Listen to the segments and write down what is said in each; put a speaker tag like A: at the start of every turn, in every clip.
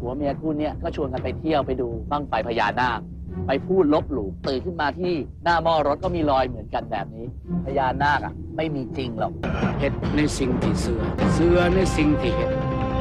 A: ผัวเมียคู่นี้ก็ชวนกันไปเที่ยวไปดูบั้งไฟพญานาคไปพูดลบหลู่ตื่นขึ้นมาที่หน้าหม้อรถก็มีรอยเหมือนกันแบบนี้พญานาคไม่มีจริงหรอก
B: เห็นในสิ่งที่เชื่อในสิ่งที่เห็น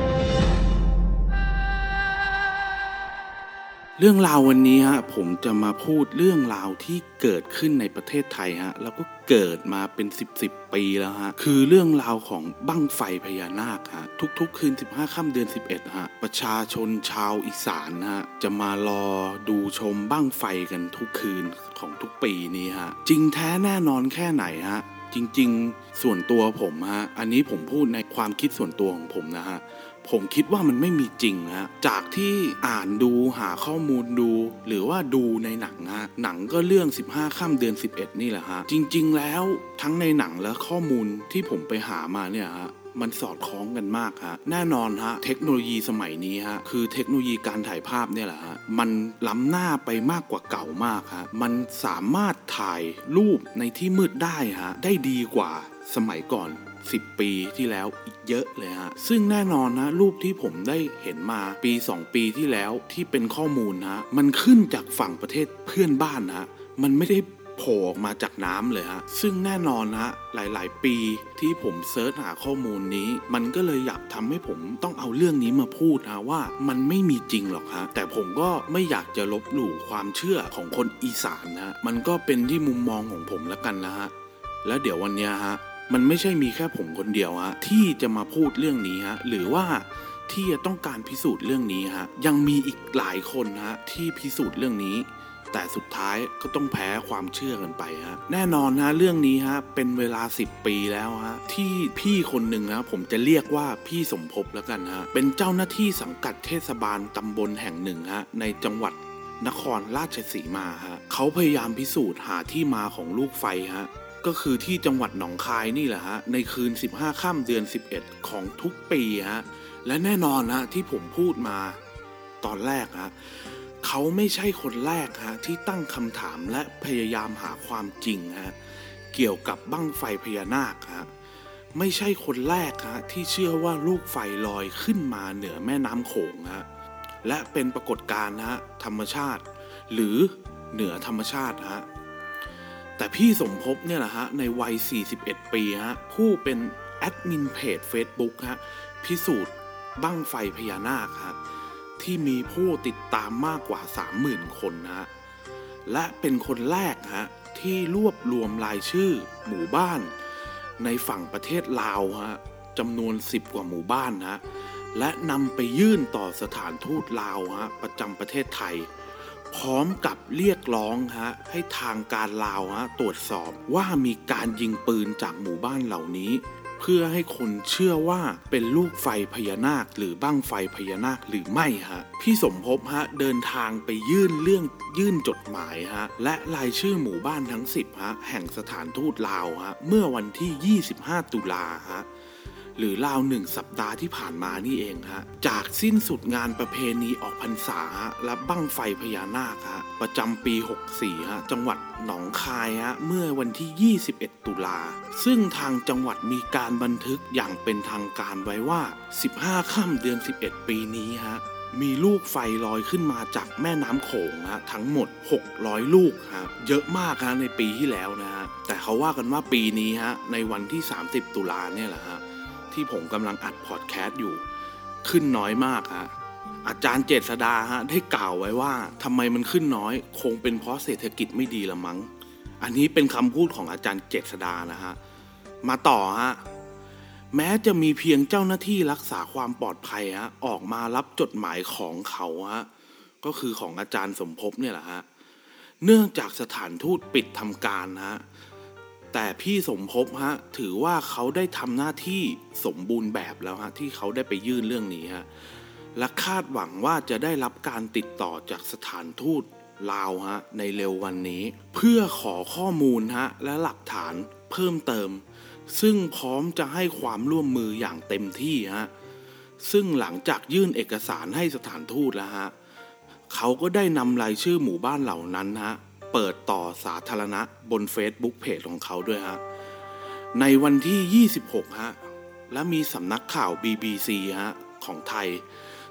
B: เรื่องราววันนี้ผมจะมาพูดเรื่องราวที่เกิดขึ้นในประเทศไทยแล้วก็เกิดมาเป็น10 ปีแล้วคือเรื่องราวของบั้งไฟพญานาคทุกๆคืน15ค่ำเดือน11ประชาชนชาวอีสานจะมารอดูชมบั้งไฟกันทุกคืนของทุกปีนี้จริงแท้แน่นอนแค่ไหนจริงๆส่วนตัวผมอันนี้ผมพูดในความคิดส่วนตัวของผมผมคิดว่ามันไม่มีจริงจากที่อ่านดูหาข้อมูลดูหรือว่าดูในหนังหนังก็เรื่อง15ค่ำเดือน11นี่แหละจริงๆแล้วทั้งในหนังและข้อมูลที่ผมไปหามาเนี่ยมันสอดคล้องกันมากแน่นอนเทคโนโลยีสมัยนี้คือเทคโนโลยีการถ่ายภาพเนี่ยแหละมันล้ำหน้าไปมากกว่าเก่ามากมันสามารถถ่ายรูปในที่มืดได้ดีกว่าสมัยก่อน10 ปีที่แล้วอีกเยอะเลยซึ่งแน่นอนรูปที่ผมได้เห็นมาปี2 ปีที่แล้วที่เป็นข้อมูลมันขึ้นจากฝั่งประเทศเพื่อนบ้านมันไม่ได้โผล่ออกมาจากน้ำเลยซึ่งแน่นอนหลายๆปีที่ผมเสิร์ชหาข้อมูลนี้มันก็เลยอยากทำให้ผมต้องเอาเรื่องนี้มาพูดว่ามันไม่มีจริงหรอกแต่ผมก็ไม่อยากจะลบหลู่ความเชื่อของคนอีสานมันก็เป็นที่มุมมองของผมแล้วกันแล้วเดี๋ยววันนี้มันไม่ใช่มีแค่ผมคนเดียวที่จะมาพูดเรื่องนี้หรือว่าที่จะต้องการพิสูจน์เรื่องนี้ยังมีอีกหลายคนที่พิสูจน์เรื่องนี้แต่สุดท้ายก็ต้องแพ้ความเชื่อกันไปแน่นอนเรื่องนี้เป็นเวลา10 ปีแล้วที่พี่คนหนึ่งผมจะเรียกว่าพี่สมภพแล้วกันเป็นเจ้าหน้าที่สังกัดเทศบาลตำบลแห่งหนึ่งในจังหวัดนครราชสีมาเขาพยายามพิสูจน์หาที่มาของลูกไฟก็คือที่จังหวัดหนองคายนี่แหละในคืน15ค่ำเดือน11ของทุกปีและแน่นอนที่ผมพูดมาตอนแรกเขาไม่ใช่คนแรกที่ตั้งคำถามและพยายามหาความจริงเกี่ยวกับบั้งไฟพญานาคไม่ใช่คนแรกที่เชื่อว่าลูกไฟลอยขึ้นมาเหนือแม่น้ำโขงและเป็นปรากฏการณ์ธรรมชาติหรือเหนือธรรมชาติแต่พี่สมภพเนี่ยแหละในวัย41 ปีผู้เป็นแอดมินเพจ Facebook พิสูจน์บั้งไฟพญานาคที่มีผู้ติดตามมากกว่า 30,000 คนและเป็นคนแรกที่รวบรวมรายชื่อหมู่บ้านในฝั่งประเทศลาวจำนวน10 กว่าหมู่บ้านและนำไปยื่นต่อสถานทูตลาวประจำประเทศไทยพร้อมกับเรียกร้องให้ทางการลาวตรวจสอบว่ามีการยิงปืนจากหมู่บ้านเหล่านี้เพื่อให้คนเชื่อว่าเป็นลูกไฟพญานาคหรือบั้งไฟพญานาคหรือไม่พี่สมภพเดินทางไปยื่นจดหมายและรายชื่อหมู่บ้านทั้ง10แห่งสถานทูตลาวเมื่อวันที่25 ตุลาหรือราว1 สัปดาห์ที่ผ่านมานี่เองจากสิ้นสุดงานประเพณีออกพรรษาและบั้งไฟพญานาคประจำปี64จังหวัดหนองคายเมื่อวันที่21 ตุลาซึ่งทางจังหวัดมีการบันทึกอย่างเป็นทางการไว้ว่า15ค่ำเดือน11ปีนี้มีลูกไฟลอยขึ้นมาจากแม่น้ำโขงทั้งหมด600 ลูกเยอะมากในปีที่แล้วแต่เขาว่ากันว่าปีนี้ในวันที่30 ตุลาเนี่ยแหละที่ผมกำลังอัดพอดแคสต์อยู่ขึ้นน้อยมากอาจารย์เจษฎาได้กล่าวไว้ว่าทำไมมันขึ้นน้อยคงเป็นเพราะเศรษฐกิจไม่ดีละมั้งอันนี้เป็นคำพูดของอาจารย์เจษฎามาต่อแม้จะมีเพียงเจ้าหน้าที่รักษาความปลอดภัยออกมารับจดหมายของเขาก็คือของอาจารย์สมภพเนี่ยแหละเนื่องจากสถานทูตปิดทำการแต่พี่สมภพถือว่าเขาได้ทำหน้าที่สมบูรณ์แบบแล้วที่เขาได้ไปยื่นเรื่องนี้และคาดหวังว่าจะได้รับการติดต่อจากสถานทูตลาวในเร็ววันนี้เพื่อขอข้อมูลและหลักฐานเพิ่มเติมซึ่งพร้อมจะให้ความร่วมมืออย่างเต็มที่ซึ่งหลังจากยื่นเอกสารให้สถานทูตแล้วเขาก็ได้นำรายชื่อหมู่บ้านเหล่านั้นเปิดต่อสาธารณะบน Facebook เพจของเขาด้วยในวันที่26และมีสำนักข่าว BBC ของไทย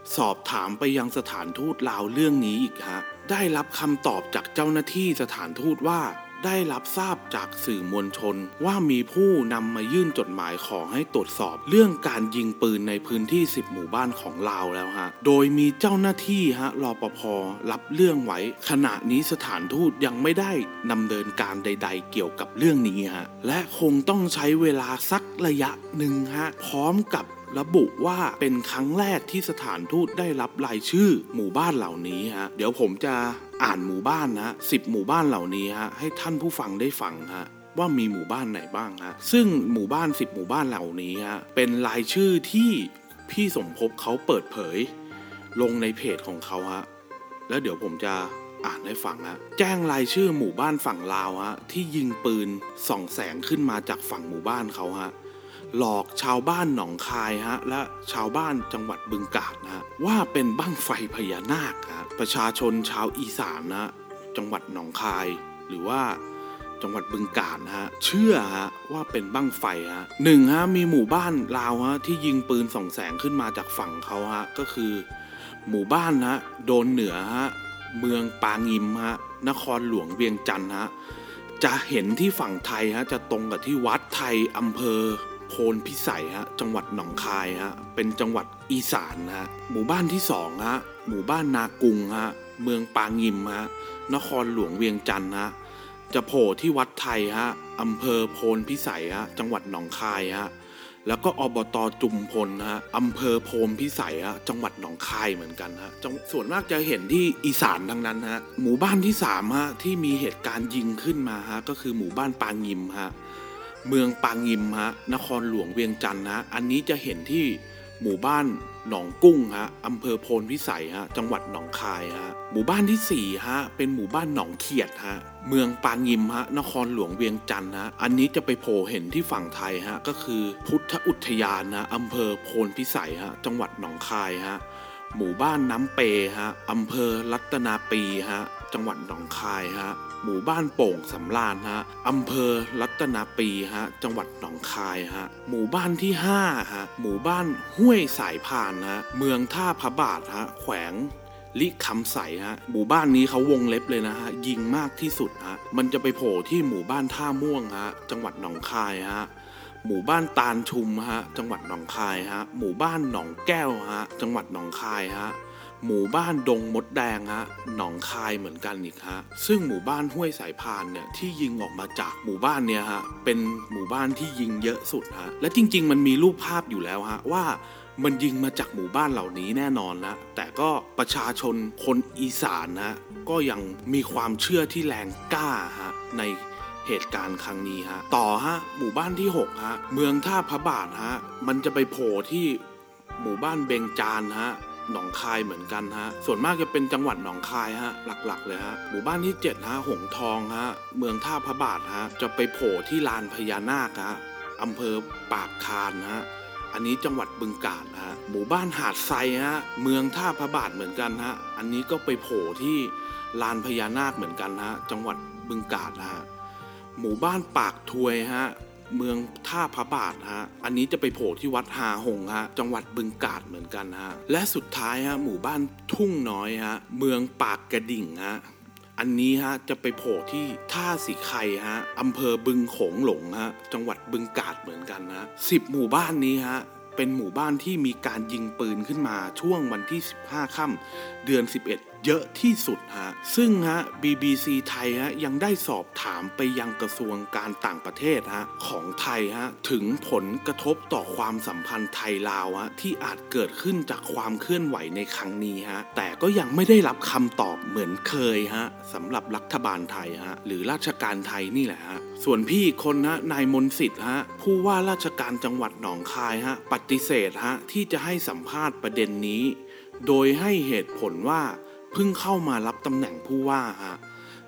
B: สอบถามไปยังสถานทูตลาวเรื่องนี้อีกฮะได้รับคำตอบจากเจ้าหน้าที่สถานทูตว่าได้รับทราบจากสื่อมวลชนว่ามีผู้นำมายื่นจดหมายขอให้ตรวจสอบเรื่องการยิงปืนในพื้นที่10หมู่บ้านของลาวแล้วฮะโดยมีเจ้าหน้าที่รปภ.รับเรื่องไว้ขณะนี้สถานทูตยังไม่ได้ดำเนินการใดๆเกี่ยวกับเรื่องนี้ฮะและคงต้องใช้เวลาสักระยะหนึ่งฮะพร้อมกับระบุว่าเป็นครั้งแรกที่สถานทูตได้รับรายชื่อหมู่บ้านเหล่านี้ฮะเดี๋ยวผมจะอ่านหมู่บ้านนะ10หมู่บ้านเหล่านี้ฮะให้ท่านผู้ฟังได้ฟังฮะว่ามีหมู่บ้านไหนบ้างฮะซึ่งหมู่บ้าน10หมู่บ้านเหล่านี้ฮะเป็นรายชื่อที่พี่สมภพเขาเปิดเผยลงในเพจของเขาฮะแล้วเดี๋ยวผมจะอ่านให้ฟังฮะแจ้งรายชื่อหมู่บ้านฝั่งลาวฮะที่ยิงปืนส่องแสงขึ้นมาจากฝั่งหมู่บ้านเขาฮะหลอกชาวบ้านหนองคายฮะและชาวบ้านจังหวัดบึงกาฬนะว่าเป็นบั้งไฟพญานาคฮะประชาชนชาวอีสานนะจังหวัดหนองคายหรือว่าจังหวัดบึงกาฬฮะเชื่อฮะว่าเป็นบั้งไฟฮะหนึ่งฮะมีหมู่บ้านลาวฮะที่ยิงปืนส่องแสงขึ้นมาจากฝั่งเขาฮะก็คือหมู่บ้านฮะโดนเหนือฮะเมืองปางิมฮะนครหลวงเวียงจันทร์ฮะจะเห็นที่ฝั่งไทยฮะจะตรงกับที่วัดไทยอำเภอโพนพิสัยฮะจังหวัดหนองคายฮะเป็นจังหวัดอีสานฮะหมู่บ้านที่2ฮะหมู่บ้านนากุงฮะเมืองปางิมฮะนครหลวงเวียงจันทร์ฮะจะโผล่ที่วัดไทยฮะอำเภอโพนพิสัยฮะจังหวัดหนองคายฮะแล้วก็อบต.จุมพลฮะอำเภอโพนพิสัยฮะจังหวัดหนองคายเหมือนกันฮะส่วนมากจะเห็นที่อีสานทั้งนั้นฮะหมู่บ้านที่3ฮะที่มีเหตุการณ์ยิงขึ้นมาฮะก็คือหมู่บ้านปางิมฮะเมืองปางิมฮะนครหลวงเวียงจันทร์ฮะอันนี้จะเห็นที่หมู่บ้านหนองกุ้งฮะอำเภอโพนพิสัยฮะจังหวัดหนองคายฮะหมู่บ้านที่4ฮะเป็นหมู่บ้านหนองเขียดฮะเมืองปางิมฮะนครหลวงเวียงจันทร์ฮะอันนี้จะไปโผล่เห็นที่ฝั่งไทยฮะก็คือพุทธอุทยานนะอำเภอโพนพิสัยฮะจังหวัดหนองคายฮะหมู่บ้านน้ำเปฮะอำเภอรัตนาปีฮะจังหวัดหนองคายฮะหมู่บ้านโป่งสำราญฮะอำเภอรัตนาปีฮะจังหวัดหนองคายฮะหมู่บ้านที่5ฮะหมู่บ้านห้วยสายพานฮะเมืองท่าพระบาทฮะแขวงลิคำใสฮะหมู่บ้านนี้เขาวงเล็บเลยนะฮะยิงมากที่สุดฮะมันจะไปโผล่ที่หมู่บ้านท่าม่วงฮะจังหวัดหนองคายฮะหมู่บ้านตาลชุมฮะจังหวัดหนองคายฮะหมู่บ้านหนองแก้วฮะจังหวัดหนองคายฮะหมู่บ้านดงมดแดงฮะหนองคายเหมือนกันอีกฮะซึ่งหมู่บ้านห้วยสายพานเนี่ยที่ยิงออกมาจากหมู่บ้านเนี่ยฮะเป็นหมู่บ้านที่ยิงเยอะสุดฮะและจริงๆมันมีรูปภาพอยู่แล้วฮะว่ามันยิงมาจากหมู่บ้านเหล่านี้แน่นอนนะแต่ก็ประชาชนคนอีสานนะก็ยังมีความเชื่อที่แรงกล้าฮะในเหตุการณ์ครั้งนี้ฮะต่อฮะหมู่บ้านที่6ฮะเมืองท่าพระบาทฮะมันจะไปโผล่ที่หมู่บ้านเบงจานฮะหนองคายเหมือนกันฮะส่วนมากจะเป็นจังหวัดหนองคายฮะหลักๆเลยฮะหมู่บ้านที่7ฮะหงทองฮะเมืองท่าพระบาทฮะจะไปโผล่ที่ลานพญานาคฮะอำเภอปากคานฮะอันนี้จังหวัดบึงกาฬฮะหมู่บ้านหาดไซฮะเมืองท่าพระบาทเหมือนกันฮะอันนี้ก็ไปโผล่ที่ลานพญานาคเหมือนกันฮะจังหวัดบึงกาฬฮะหมู่บ้านปากทวยฮะเมืองท่าพระบาทฮะอันนี้จะไปโผล่ที่วัดหาหงฮะจังหวัดบึงกาฬเหมือนกันฮะและสุดท้ายฮะหมู่บ้านทุ่งน้อยฮะเมืองปากกระดิ่งฮะอันนี้ฮะจะไปโผล่ที่ท่าสีไข่ฮะอำเภอบึงโขงหลงฮะจังหวัดบึงกาฬเหมือนกันนะ10หมู่บ้านนี้ฮะเป็นหมู่บ้านที่มีการยิงปืนขึ้นมาช่วงวันที่15ค่ำเดือน11เยอะที่สุดฮะซึ่งฮะ BBC ไทยฮะยังได้สอบถามไปยังกระทรวงการต่างประเทศฮะของไทยฮะถึงผลกระทบต่อความสัมพันธ์ไทยลาวฮะที่อาจเกิดขึ้นจากความเคลื่อนไหวในครั้งนี้ฮะแต่ก็ยังไม่ได้รับคำตอบเหมือนเคยฮะสำหรับรัฐบาลไทยฮะหรือราชการไทยนี่แหละฮะส่วนพี่คนฮะนายมนต์สิทธิ์ฮะผู้ว่าราชการจังหวัดหนองคายฮะปฏิเสธฮะที่จะให้สัมภาษณ์ประเด็นนี้โดยให้เหตุผลว่าเพิ่งเข้ามารับตำแหน่งผู้ว่าฮะ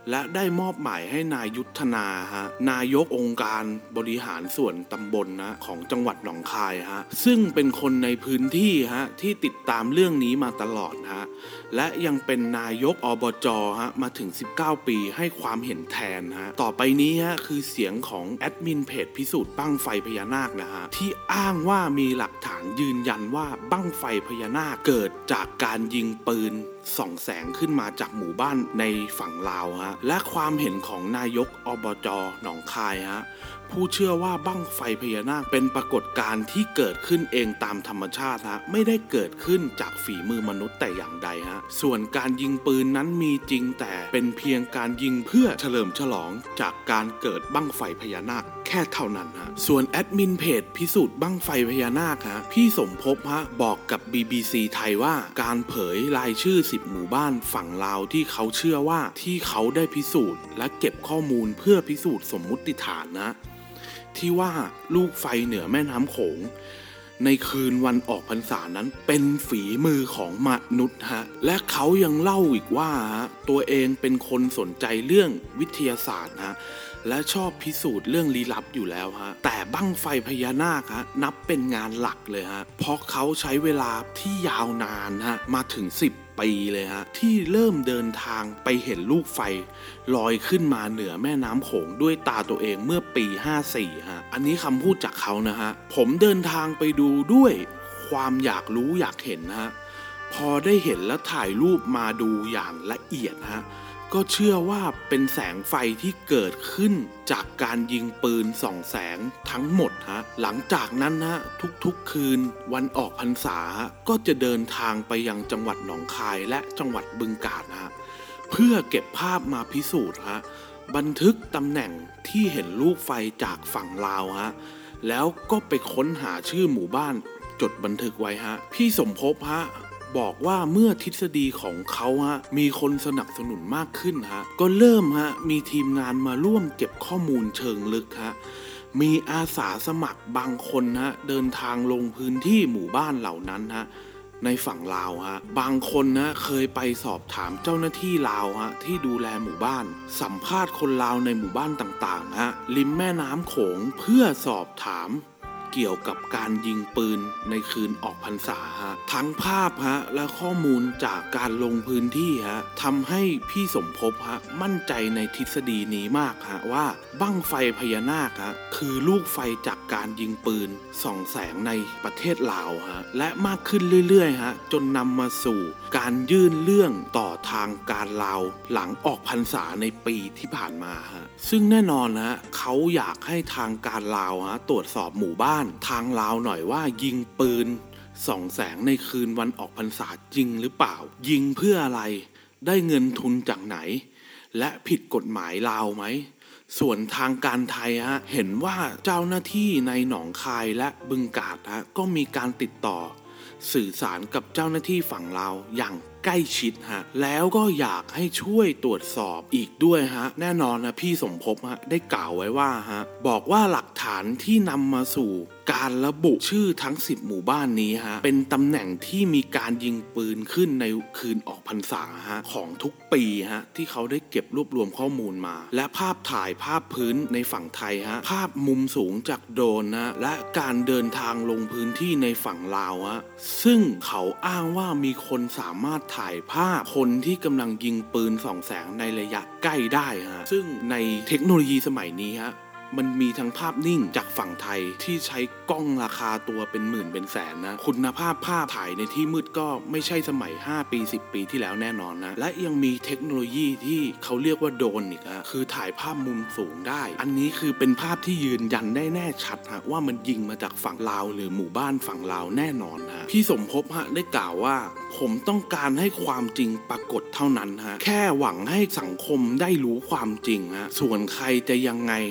B: และได้มอบหมายให้นายยุทธนาฮะนายกองค์การบริหารส่วนตำบลนะของจังหวัดหนองคายฮะซึ่งเป็นคนในพื้นที่ฮะที่ติดตามเรื่องนี้มาตลอดฮะและยังเป็นนายกอบจฮะมาถึง19ปีให้ความเห็นแทนฮะต่อไปนี้ฮะคือเสียงของแอดมินเพจพิสูจน์บั้งไฟพญานาคนะฮะที่อ้างว่ามีหลักฐานยืนยันว่าบั้งไฟพญานาคเกิดจากการยิงปืนส่องแสงขึ้นมาจากหมู่บ้านในฝั่งลาวฮะและความเห็นของนายกอบจหนองคายฮะผู้เชื่อว่าบั้งไฟพญานาคเป็นปรากฏการณ์ที่เกิดขึ้นเองตามธรรมชาติฮะไม่ได้เกิดขึ้นจากฝีมือมนุษย์แต่อย่างใดฮะส่วนการยิงปืนนั้นมีจริงแต่เป็นเพียงการยิงเพื่อเฉลิมฉลองจากการเกิดบั้งไฟพญานาคแค่เท่านั้นฮะส่วนแอดมินเพจพิสูจน์บั้งไฟพญานาคฮะพี่สมภพฮะบอกกับ BBC ไทยว่าการเผยรายชื่อ10หมู่บ้านฝั่งลาวที่เขาเชื่อว่าที่เขาได้พิสูจน์และเก็บข้อมูลเพื่อพิสูจน์สมมุติฐานนะที่ว่าลูกไฟเหนือแม่น้ำโขงในคืนวันออกพรรษานั้นเป็นฝีมือของมนุษย์ฮะและเขายังเล่าอีกว่าตัวเองเป็นคนสนใจเรื่องวิทยาศาสตร์ฮะและชอบพิสูจน์เรื่องลี้ลับอยู่แล้วฮะแต่บั้งไฟพญานาคฮะนับเป็นงานหลักเลยฮะเพราะเขาใช้เวลาที่ยาวนานฮะมาถึง10 ปีเลยฮะที่เริ่มเดินทางไปเห็นลูกไฟลอยขึ้นมาเหนือแม่น้ำโขงด้วยตาตัวเองเมื่อปี54ฮะอันนี้คำพูดจากเขานะฮะผมเดินทางไปดูด้วยความอยากรู้อยากเห็นฮะพอได้เห็นและถ่ายรูปมาดูอย่างละเอียดฮะก็เชื่อว่าเป็นแสงไฟที่เกิดขึ้นจากการยิงปืนส่องแสงทั้งหมดฮะหลังจากนั้นฮะทุกๆคืนวันออกพรรษาก็จะเดินทางไปยังจังหวัดหนองคายและจังหวัดบึงกาฬฮะเพื่อเก็บภาพมาพิสูจน์ฮะบันทึกตำแหน่งที่เห็นลูกไฟจากฝั่งลาวฮะแล้วก็ไปค้นหาชื่อหมู่บ้านจดบันทึกไว้ฮะพี่สมภพฮะบอกว่าเมื่อทฤษฎีของเขาฮะมีคนสนับสนุนมากขึ้นฮะก็เริ่มฮะมีทีมงานมาร่วมเก็บข้อมูลเชิงลึกฮะมีอาสาสมัครบางคนฮะเดินทางลงพื้นที่หมู่บ้านเหล่านั้นฮะในฝั่งลาวฮะบางคนนะเคยไปสอบถามเจ้าหน้าที่ลาวฮะที่ดูแลหมู่บ้านสัมภาษณ์คนลาวในหมู่บ้านต่างๆฮะริมแม่น้ำโขงเพื่อสอบถามเกี่ยวกับการยิงปืนในคืนออกพรรษาฮะทั้งภาพฮะและข้อมูลจากการลงพื้นที่ฮะทำให้พี่สมภพฮะมั่นใจในทฤษฎีนี้มากฮะว่าบั้งไฟพญานาคฮะคือลูกไฟจากการยิงปืนส่องแสงในประเทศลาวฮะและมากขึ้นเรื่อยๆฮะจนนำมาสู่การยื่นเรื่องต่อทางการลาวหลังออกพรรษาในปีที่ผ่านมาฮะซึ่งแน่นอนฮะเขาอยากให้ทางการลาวฮะตรวจสอบหมู่บ้านทางลาวหน่อยว่ายิงปืนส่องแสงในคืนวันออกพรรษาจริงหรือเปล่ายิงเพื่ออะไรได้เงินทุนจากไหนและผิดกฎหมายลาวไหมส่วนทางการไทยฮะเห็นว่าเจ้าหน้าที่ในหนองคายและบึงกาฬฮะก็มีการติดต่อสื่อสารกับเจ้าหน้าที่ฝั่งลาวอย่างใกล้ชิดฮะแล้วก็อยากให้ช่วยตรวจสอบอีกด้วยฮะแน่นอนนะพี่สมภพฮะได้กล่าวไว้ว่าฮะบอกว่าหลักฐานที่นำมาสู่การระบุชื่อทั้ง10หมู่บ้านนี้ฮะเป็นตำแหน่งที่มีการยิงปืนขึ้นในคืนออกพรรษาฮะของทุกปีฮะที่เขาได้เก็บรวบรวมข้อมูลมาและภาพถ่ายภาพพื้นในฝั่งไทยฮะภาพมุมสูงจากโดรนนะและการเดินทางลงพื้นที่ในฝั่งลาวฮะซึ่งเขาอ้างว่ามีคนสามารถถ่ายภาพคนที่กำลังยิงปืนส่องแสงในระยะใกล้ได้ฮะซึ่งในเทคโนโลยีสมัยนี้ฮะมันมีทั้งภาพนิ่งจากฝั่งไทยที่ใช้กล้องราคาตัวเป็นหมื่นเป็นแสนนะคุณภาพภาพถ่ายในที่มืดก็ไม่ใช่สมัย5ปี10ปีที่แล้วแน่นอนนะและยังมีเทคโนโลยีที่เขาเรียกว่าโดรนอีกฮะคือถ่ายภาพมุมสูงได้อันนี้คือเป็นภาพที่ยืนยันได้แน่ชัดฮะว่ามันยิงมาจากฝั่งลาวหรือหมู่บ้านฝั่งลาวแน่นอนฮะพี่สมภพฮะได้กล่าวว่าผมต้องการให้ความจริงปรากฏเท่านั้นฮะแค่หวังให้สังคมได้รู้ความจริงฮะส่วนใครจะยังไงไปดู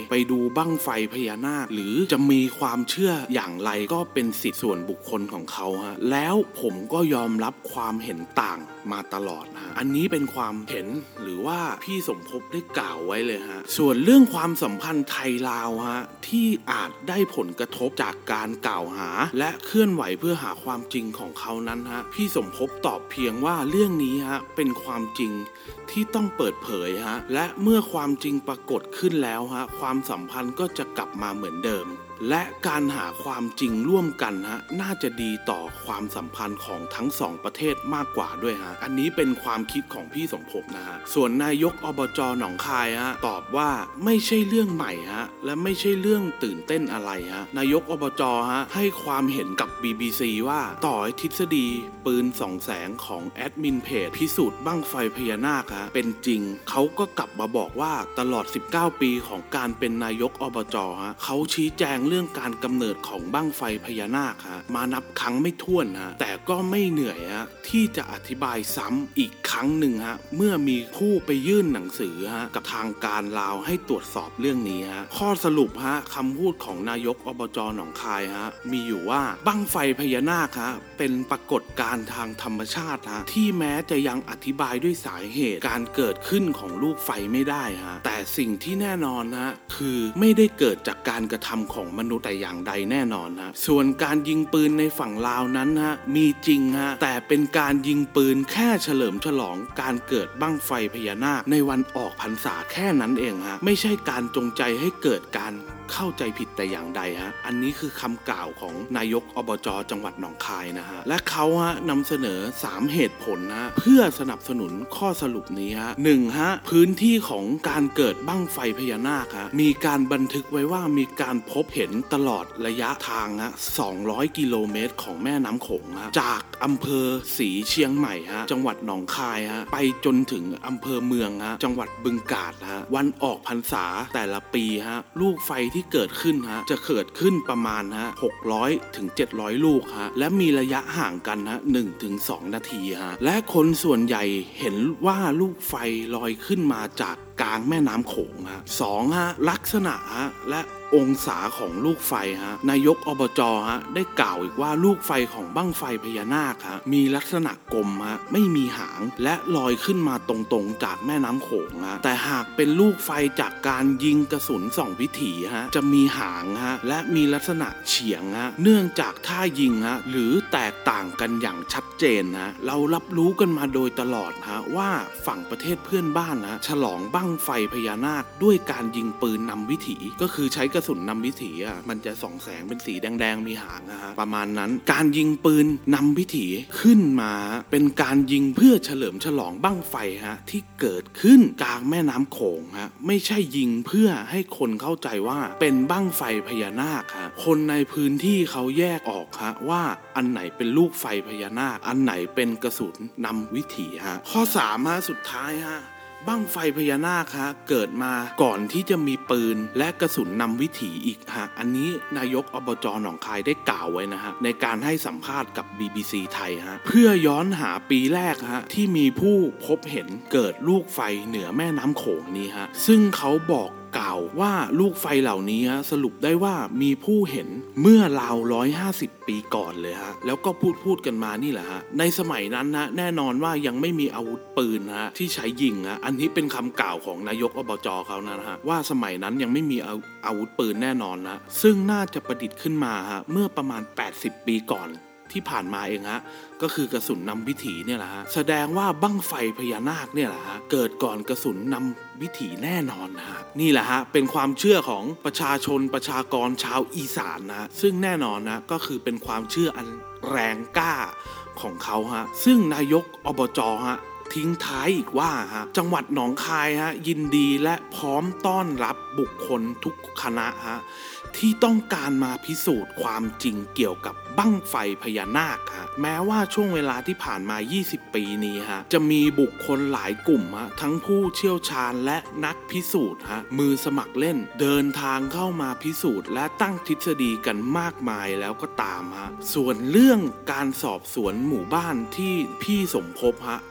B: บั้งไฟพญานาคหรือจะมีความเชื่ออย่างไรก็เป็นสิทธิส่วนบุคคลของเขาฮะแล้วผมก็ยอมรับความเห็นต่างมาตลอดฮะอันนี้เป็นความเห็นหรือว่าพี่สมภพได้กล่าวไว้เลยฮะส่วนเรื่องความสัมพันธ์ไทยลาวฮะที่อาจได้ผลกระทบจากการกล่าวหาและเคลื่อนไหวเพื่อหาความจริงของเขานั้นฮะพี่สมภพตอบเพียงว่าเรื่องนี้ฮะเป็นความจริงที่ต้องเปิดเผยฮะและเมื่อความจริงปรากฏขึ้นแล้วฮะความสัมพันธ์ก็จะกลับมาเหมือนเดิมและการหาความจริงร่วมกันฮะน่าจะดีต่อความสัมพันธ์ของทั้งสองประเทศมากกว่าด้วยฮะอันนี้เป็นความคิดของพี่สมภพนะฮะส่วนนายกอบจ.หนองคายฮะตอบว่าไม่ใช่เรื่องใหม่ฮะและไม่ใช่เรื่องตื่นเต้นอะไรฮะนายกอบจ.ฮะให้ความเห็นกับ BBC ว่าต่อให้ทฤษฎีปืนส่องแสงของแอดมินเพจพิสูจน์บั้งไฟพญานาคฮะเป็นจริงเขาก็กลับมาบอกว่าตลอด19ปีของการเป็นนายกอบจ.ฮะเขาชี้แจงเรื่องการกำเนิดของบั้งไฟพญานาคฮะมานับครั้งไม่ถ้วนฮะแต่ก็ไม่เหนื่อยฮะที่จะอธิบายซ้ำอีกครั้งหนึ่งฮะเมื่อมีผู้ไปยื่นหนังสือฮะกับทางการลาวให้ตรวจสอบเรื่องนี้ฮะข้อสรุปฮะคำพูดของนายกอบจ.หนองคายฮะมีอยู่ว่าบั้งไฟพญานาคฮะเป็นปรากฏการณ์ทางธรรมชาติฮะที่แม้จะยังอธิบายด้วยสาเหตุการเกิดขึ้นของลูกไฟไม่ได้ฮะแต่สิ่งที่แน่นอนฮะคือไม่ได้เกิดจากการกระทำของมนุษย์แต่อย่างใดแน่นอนฮะส่วนการยิงปืนในฝั่งลาวนั้นฮะมีจริงฮะแต่เป็นการยิงปืนแค่เฉลิมฉลองการเกิดบั้งไฟพญานาคในวันออกพรรษาแค่นั้นเองฮะไม่ใช่การจงใจให้เกิดการเข้าใจผิดแต่อย่างใดฮะอันนี้คือคำกล่าวของนายกอบจ.จังหวัดหนองคายนะฮะและเขาฮะนำเสนอ3เหตุผลนะเพื่อสนับสนุนข้อสรุปนี้ฮะ1ฮะพื้นที่ของการเกิดบั้งไฟพญานาคฮะมีการบันทึกไว้ว่ามีการพบเห็นตลอดระยะทางฮะ200กิโลเมตรของแม่น้ำโขงฮะจากอำเภอศรีเชียงใหม่ฮะจังหวัดหนองคายฮะไปจนถึงอำเภอเมืองฮะจังหวัดบึงกาฬฮะวันออกพรรษาแต่ละปีฮะลูกไฟที่เกิดขึ้นฮะจะเกิดขึ้นประมาณฮะ600ถึง700ลูกฮะและมีระยะห่างกันฮะ1ถึง2นาทีฮะและคนส่วนใหญ่เห็นว่าลูกไฟลอยขึ้นมาจากกลางแม่น้ำโขงฮะ2ฮะลักษณะฮะและองศาของลูกไฟฮะนายกอบจฮะได้กล่าวอีกว่าลูกไฟของบั้งไฟพญานาคฮะมีลักษณะกลมฮะไม่มีหางและลอยขึ้นมาตรงๆจากแม่น้ำโขงฮะแต่หากเป็นลูกไฟจากการยิงกระสุนส่องวิถีฮะจะมีหางฮะและมีลักษณะเฉียงฮะเนื่องจากท่ายิงฮะหรือแตกต่างกันอย่างชัดเจนฮะเรารับรู้กันมาโดยตลอดฮะว่าฝั่งประเทศเพื่อนบ้านฮะฉลองบั้งไฟพญานาคด้วยการยิงปืนนำวิถีก็คือใช้กระสุนนำวิถีอ่ะมันจะส่องแสงเป็นสีแดงๆมีหางนะฮะประมาณนั้นการยิงปืนนำวิถีขึ้นมาเป็นการยิงเพื่อเฉลิมฉลองบั้งไฟฮะที่เกิดขึ้นกลางแม่น้ำโขงฮะไม่ใช่ยิงเพื่อให้คนเข้าใจว่าเป็นบั้งไฟพญานาคฮะคนในพื้นที่เขาแยกออกฮะว่าอันไหนเป็นลูกไฟพญานาคอันไหนเป็นกระสุนนำวิถีฮะข้อ3ฮะสุดท้ายฮะบั้งไฟพญานาคฮะเกิดมาก่อนที่จะมีปืนและกระสุนนำวิถีอีกฮะอันนี้นายกอบจ.หนองคายได้กล่าวไว้นะฮะในการให้สัมภาษณ์กับ BBC ไทยฮะเพื่อย้อนหาปีแรกฮะที่มีผู้พบเห็นเกิดลูกไฟเหนือแม่น้ำโขงนี้ฮะซึ่งเขาบอกกล่าวว่าลูกไฟเหล่านี้สรุปได้ว่ามีผู้เห็นเมื่อราว150ปีก่อนเลยฮะแล้วก็พูดกันมานี่แหละฮะในสมัยนั้นนะแน่นอนว่ายังไม่มีอาวุธปืนฮะที่ใช้ยิงฮะอันนี้เป็นคำกล่าวของนายกอบจ.เขานะฮะว่าสมัยนั้นยังไม่มีอาวุธปืนแน่นอนนะซึ่งน่าจะประดิษฐ์ขึ้นมาฮะเมื่อประมาณ80ปีก่อนที่ผ่านมาเองฮะก็คือกระสุนนำวิถีเนี่ยแหละฮะแสดงว่าบั้งไฟพญานาคเนี่ยแหละฮะเกิดก่อนกระสุนนำวิถีแน่นอนนะฮะนี่แหละฮะเป็นความเชื่อของประชาชนประชากรชาวอีสานนะซึ่งแน่นอนนะก็คือเป็นความเชื่ออันแรงกล้าของเขาฮะซึ่งนายกอบจ.ฮะทิ้งท้ายอีกว่าฮะจังหวัดหนองคายฮะยินดีและพร้อมต้อนรับบุคคลทุกคณะฮะที่ต้องการมาพิสูจน์ความจริงเกี่ยวกับบั้งไฟพญานาคฮะแม้ว่าช่วงเวลาที่ผ่านมา20ปีนี้ฮะจะมีบุคคลหลายกลุ่มฮะทั้งผู้เชี่ยวชาญและนักพิสูจน์ฮะมือสมัครเล่นเดินทางเข้ามาพิสูจน์และตั้งทฤษฎีกันมากมายแล้วก็ตามฮะส่วนเรื่องการสอบสวนหมู่บ้านที่พี่สมภพฮะอ้างว่า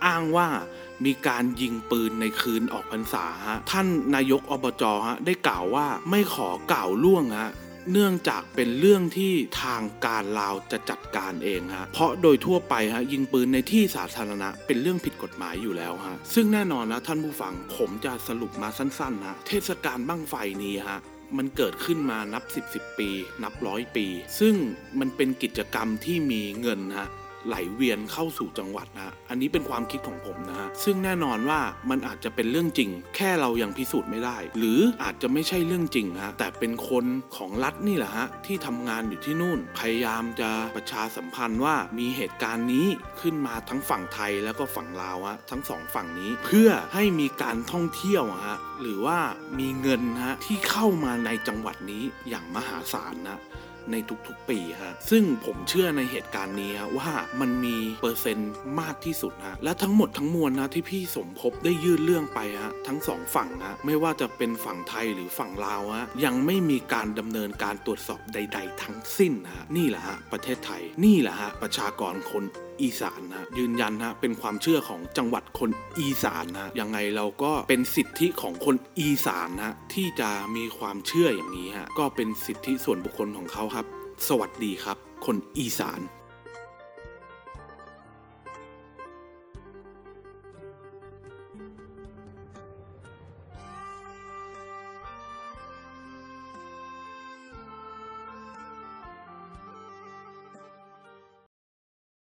B: มีการยิงปืนในคืนออกพรรษาฮะท่านนายกอบจฮะได้กล่าวว่าไม่ขอกล่าวล่วงฮะเนื่องจากเป็นเรื่องที่ทางการลาวจะจัดการเองฮะเพราะโดยทั่วไปฮะยิงปืนในที่สาธารณะเป็นเรื่องผิดกฎหมายอยู่แล้วฮะซึ่งแน่นอนนะท่านผู้ฟังผมจะสรุปมาสั้นๆนะเทศกาลบั้งไฟนี้ฮะมันเกิดขึ้นมานับ10ปีนับ100 ปีซึ่งมันเป็นกิจกรรมที่มีเงินฮะไหลเวียนเข้าสู่จังหวัดนะอันนี้เป็นความคิดของผมนะฮะซึ่งแน่นอนว่ามันอาจจะเป็นเรื่องจริงแค่เรายังพิสูจน์ไม่ได้หรืออาจจะไม่ใช่เรื่องจริงฮะแต่เป็นคนของรัฐนี่แหละฮะที่ทำงานอยู่ที่นู่นพยายามจะประชาสัมพันธ์ว่ามีเหตุการณ์นี้ขึ้นมาทั้งฝั่งไทยแล้วก็ฝั่งลาวฮะทั้งสองฝั่งนี้เพื่อให้มีการท่องเที่ยวฮะหรือว่ามีเงินฮะที่เข้ามาในจังหวัดนี้อย่างมหาศาลนะในทุกๆปีฮะซึ่งผมเชื่อในเหตุการณ์นี้ฮะว่ามันมีเปอร์เซ็นต์มากที่สุดฮะและทั้งหมดทั้งมวลนะที่พี่สมภพได้ยื่นเรื่องไปฮะทั้งสองฝั่งฮะไม่ว่าจะเป็นฝั่งไทยหรือฝั่งลาวฮะยังไม่มีการดำเนินการตรวจสอบใดๆทั้งสิ้นฮะนี่แหละฮะประเทศไทยนี่แหละฮะประชากรคนอีสานนะยืนยันนะเป็นความเชื่อของจังหวัดคนอีสานนะยังไงเราก็เป็นสิทธิของคนอีสานนะที่จะมีความเชื่ออย่างนี้ฮะก็เป็นสิทธิส่วนบุคคลของเขาครับสวัสดีครับคนอีสาน